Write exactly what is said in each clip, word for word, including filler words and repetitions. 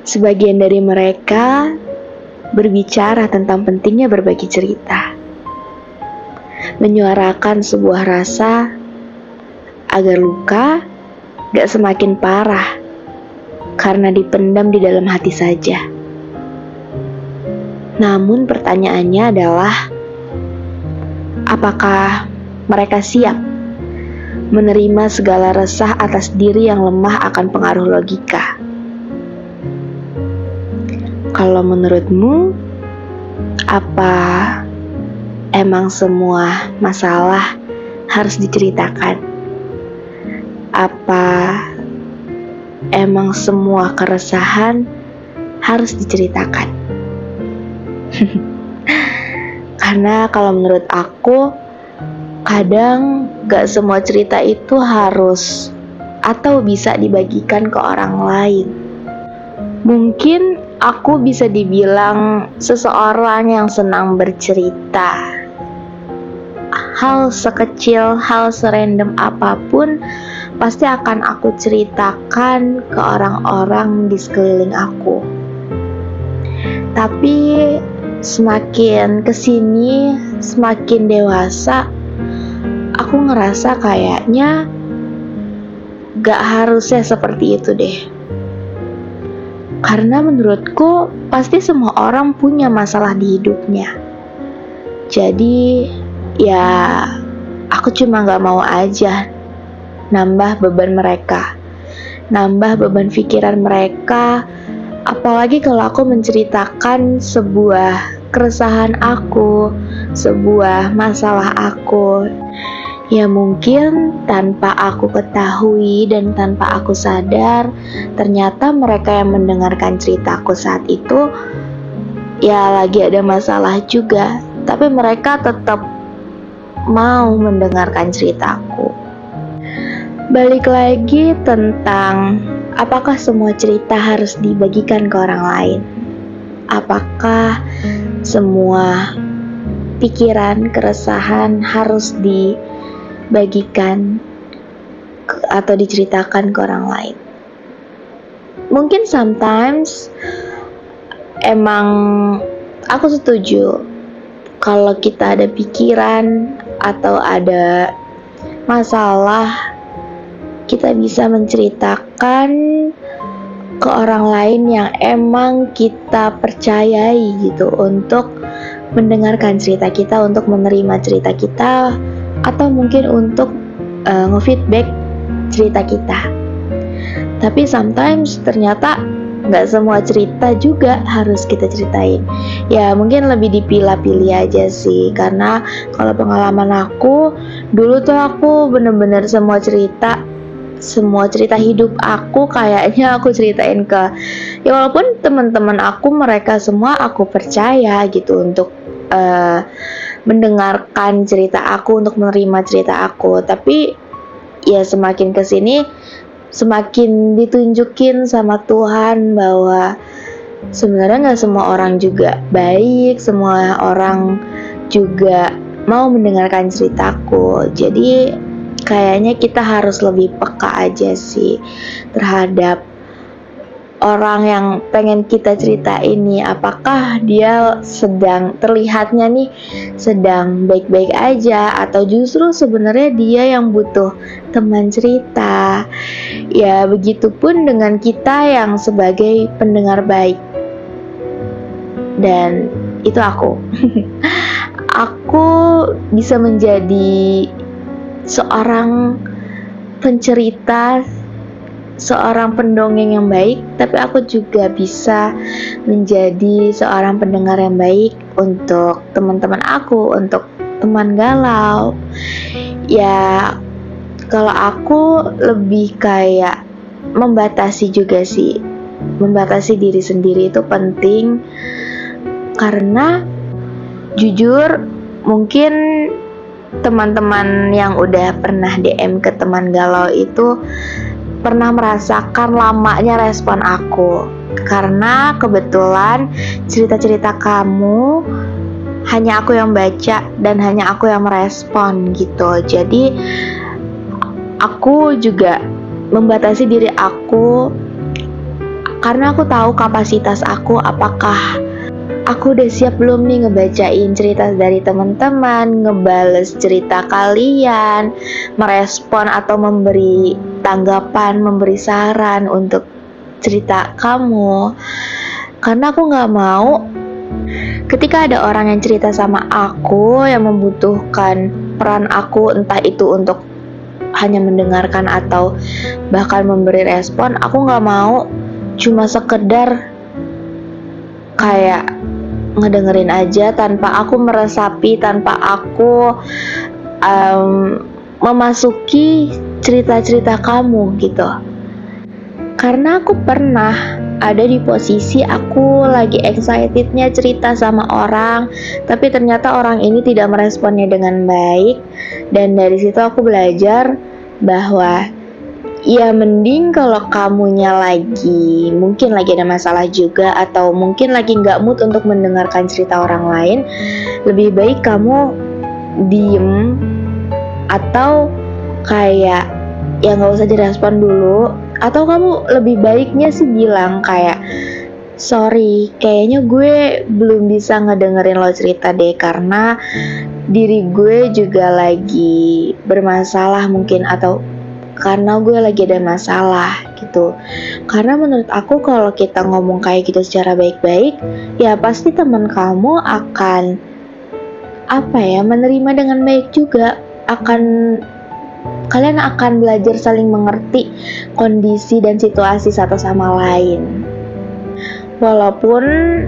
Sebagian dari mereka berbicara tentang pentingnya berbagi cerita, menyuarakan sebuah rasa agar luka gak semakin parah karena dipendam di dalam hati saja. Namun pertanyaannya adalah, apakah mereka siap menerima segala resah atas diri yang lemah akan pengaruh logika? Kalau menurutmu, apa emang semua masalah harus diceritakan? Apa emang semua keresahan harus diceritakan? Karena kalau menurut aku, kadang gak semua cerita itu harus atau bisa dibagikan ke orang lain. Mungkin aku bisa dibilang seseorang yang senang bercerita. Hal sekecil, hal serandom apapun pasti akan aku ceritakan ke orang-orang di sekeliling aku. Tapi semakin kesini, semakin dewasa, aku ngerasa kayaknya gak harusnya seperti itu deh. Karena menurutku pasti semua orang punya masalah di hidupnya. Jadi ya aku cuma gak mau aja nambah beban mereka, nambah beban pikiran mereka. Apalagi kalau aku menceritakan sebuah keresahan aku, sebuah masalah aku, ya mungkin tanpa aku ketahui dan tanpa aku sadar, ternyata mereka yang mendengarkan ceritaku saat itu ya lagi ada masalah juga, tapi mereka tetap mau mendengarkan ceritaku. Balik lagi tentang apakah semua cerita harus dibagikan ke orang lain? Apakah semua pikiran, keresahan harus dibagikan atau diceritakan ke orang lain? Mungkin sometimes emang aku setuju kalau kita ada pikiran atau ada masalah, kita bisa menceritakan ke orang lain yang emang kita percayai gitu, untuk mendengarkan cerita kita, untuk menerima cerita kita, atau mungkin untuk uh, nge-feedback cerita kita. Tapi sometimes ternyata gak semua cerita juga harus kita ceritain. Ya mungkin lebih dipilah-pilih aja sih. Karena kalau pengalaman aku, dulu tuh aku bener-bener semua cerita Semua cerita hidup aku kayaknya aku ceritain ke, ya walaupun teman-teman aku mereka semua aku percaya gitu untuk uh, mendengarkan cerita aku, untuk menerima cerita aku. Tapi ya semakin kesini semakin ditunjukin sama Tuhan bahwa sebenarnya gak semua orang juga baik, semua orang juga mau mendengarkan ceritaku. Jadi kayaknya kita harus lebih peka aja sih terhadap orang yang pengen kita cerita ini. Apakah dia sedang terlihatnya nih sedang baik-baik aja, atau justru sebenarnya dia yang butuh teman cerita. Ya begitupun dengan kita yang sebagai pendengar baik. Dan itu aku Aku bisa menjadi seorang pencerita, seorang pendongeng yang baik, tapi aku juga bisa menjadi seorang pendengar yang baik untuk teman-teman aku, untuk teman galau. Ya kalau aku lebih kayak membatasi juga sih. Membatasi diri sendiri itu penting, karena jujur mungkin teman-teman yang udah pernah D M ke teman galau itu pernah merasakan lamanya respon aku, karena kebetulan cerita-cerita kamu hanya aku yang baca dan hanya aku yang merespon gitu. Jadi aku juga membatasi diri aku Karena aku tahu kapasitas aku, apakah aku udah siap belum nih ngebacain cerita dari teman-teman, ngebales cerita kalian, merespon atau memberi tanggapan, memberi saran untuk cerita kamu. Karena aku gak mau ketika ada orang yang cerita sama aku yang membutuhkan peran aku, entah itu untuk hanya mendengarkan atau bahkan memberi respon, aku gak mau cuma sekedar kayak ngedengerin aja tanpa aku meresapi, tanpa aku um, memasuki cerita-cerita kamu gitu. Karena aku pernah ada di posisi aku lagi excitednya cerita sama orang, tapi ternyata orang ini tidak meresponnya dengan baik. Dan dari situ aku belajar bahwa ya mending kalau kamunya lagi mungkin lagi ada masalah juga, atau mungkin lagi gak mood untuk mendengarkan cerita orang lain, lebih baik kamu diem atau kayak ya gak usah direspon dulu. Atau kamu lebih baiknya sih bilang kayak, sorry, kayaknya gue belum bisa ngedengerin lo cerita deh, karena diri gue juga lagi bermasalah mungkin, atau karena gue lagi ada masalah gitu. Karena menurut aku kalau kita ngomong kayak gitu secara baik-baik, ya pasti teman kamu akan apa ya, menerima dengan baik juga. Akan Kalian akan belajar saling mengerti kondisi dan situasi satu sama lain. Walaupun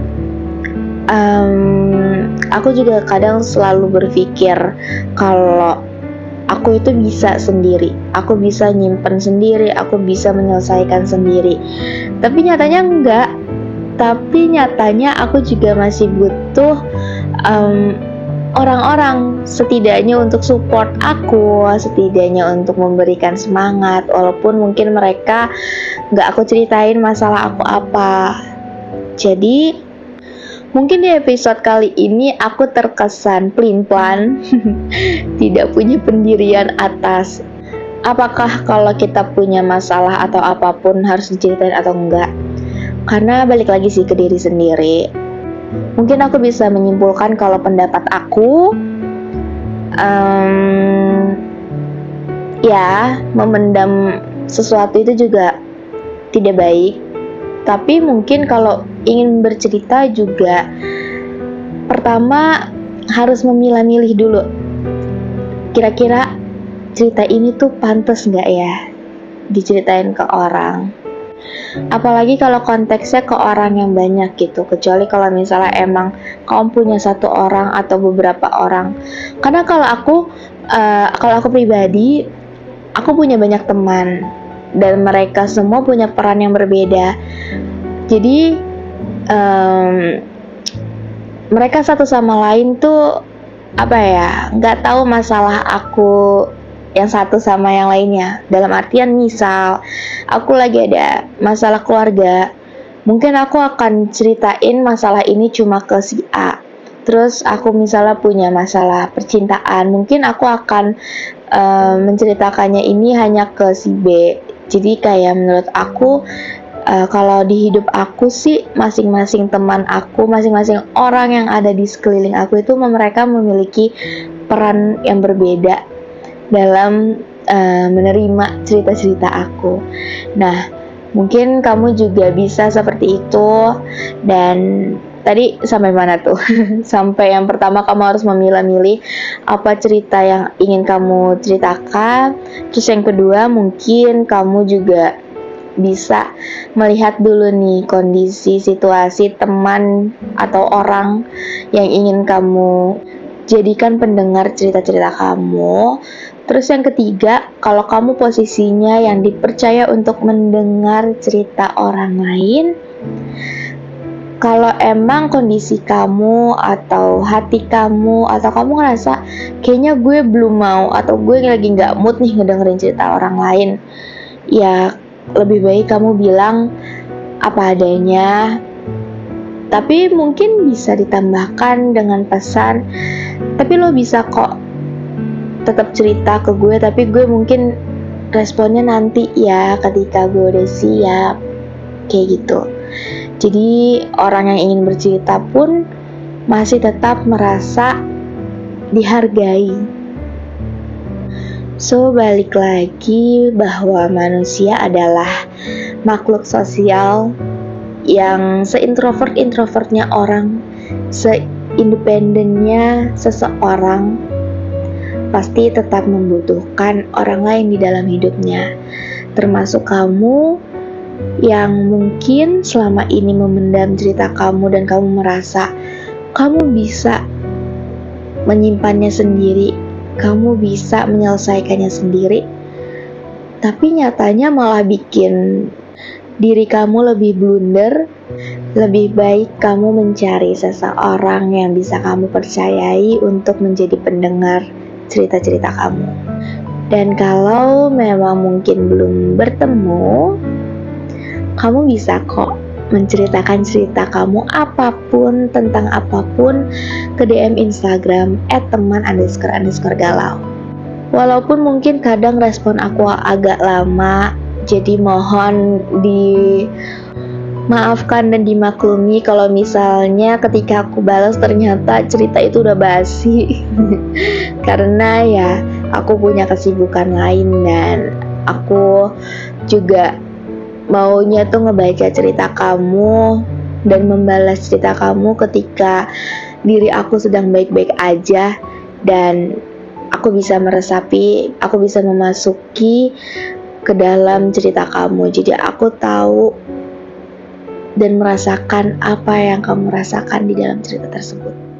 um, aku juga kadang selalu berpikir kalau aku itu bisa sendiri, aku bisa nyimpen sendiri, aku bisa menyelesaikan sendiri. Tapi nyatanya enggak. Tapi nyatanya aku juga masih butuh um, orang-orang setidaknya untuk support aku, setidaknya untuk memberikan semangat, walaupun mungkin mereka gak aku ceritain masalah aku apa. Jadi mungkin di episode kali ini aku terkesan pelin-pelan tidak punya pendirian atas apakah kalau kita punya masalah atau apapun harus diceritain atau enggak. Karena balik lagi sih ke diri sendiri. Mungkin aku bisa menyimpulkan kalau pendapat aku um, ya memendam sesuatu itu juga tidak baik. Tapi mungkin kalau ingin bercerita juga, pertama harus memilah-milih dulu. Kira-kira cerita ini tuh pantas gak ya diceritain ke orang. Apalagi kalau konteksnya ke orang yang banyak gitu. Kecuali kalau misalnya emang kamu punya satu orang atau beberapa orang. Karena kalau aku uh, Kalau aku pribadi, aku punya banyak teman dan mereka semua punya peran yang berbeda. Jadi um, mereka satu sama lain tuh apa ya, nggak tahu masalah aku yang satu sama yang lainnya. Dalam artian misal aku lagi ada masalah keluarga, mungkin aku akan ceritain masalah ini cuma ke si A. Terus aku misalnya punya masalah percintaan, mungkin aku akan uh, menceritakannya ini hanya ke si B. Jadi kayak menurut aku uh, kalau di hidup aku sih, masing-masing teman aku, masing-masing orang yang ada di sekeliling aku itu mereka memiliki peran yang berbeda dalam uh, menerima cerita-cerita aku. Nah, mungkin kamu juga bisa seperti itu. Dan tadi sampai mana tuh? Sampai yang pertama kamu harus memilah-milih apa cerita yang ingin kamu ceritakan. Terus yang kedua mungkin kamu juga bisa melihat dulu nih kondisi, situasi, teman atau orang yang ingin kamu jadikan pendengar cerita-cerita kamu. Terus yang ketiga, kalau kamu posisinya yang dipercaya untuk mendengar cerita orang lain, kalau emang kondisi kamu atau hati kamu atau kamu ngerasa kayaknya gue belum mau atau gue lagi gak mood nih ngedengerin cerita orang lain, ya lebih baik kamu bilang apa adanya. Tapi mungkin bisa ditambahkan dengan pesan, tapi lo bisa kok tetap cerita ke gue, tapi gue mungkin responnya nanti ya ketika gue udah siap. kayak gitu. Jadi orang yang ingin bercerita pun masih tetap merasa dihargai. So, balik lagi bahwa manusia adalah makhluk sosial yang seintrovert-introvertnya orang, seindependennya seseorang, pasti tetap membutuhkan orang lain di dalam hidupnya. Termasuk kamu yang mungkin selama ini memendam cerita kamu dan kamu merasa kamu bisa menyimpannya sendiri, kamu bisa menyelesaikannya sendiri, tapi nyatanya malah bikin diri kamu lebih blunder. Lebih baik kamu mencari seseorang yang bisa kamu percayai untuk menjadi pendengar cerita-cerita kamu. Dan kalau memang mungkin belum bertemu, kamu bisa kok menceritakan cerita kamu apapun, tentang apapun, ke D M Instagram at teman underscore underscore galau. Walaupun mungkin kadang respon aku agak lama, jadi mohon dimaafkan dan dimaklumi kalau misalnya ketika aku balas ternyata cerita itu udah basi. Karena ya aku punya kesibukan lain dan aku juga maunya tuh ngebaca cerita kamu dan membalas cerita kamu ketika diri aku sedang baik-baik aja dan aku bisa meresapi, aku bisa memasuki ke dalam cerita kamu. Jadi aku tahu dan merasakan apa yang kamu rasakan di dalam cerita tersebut.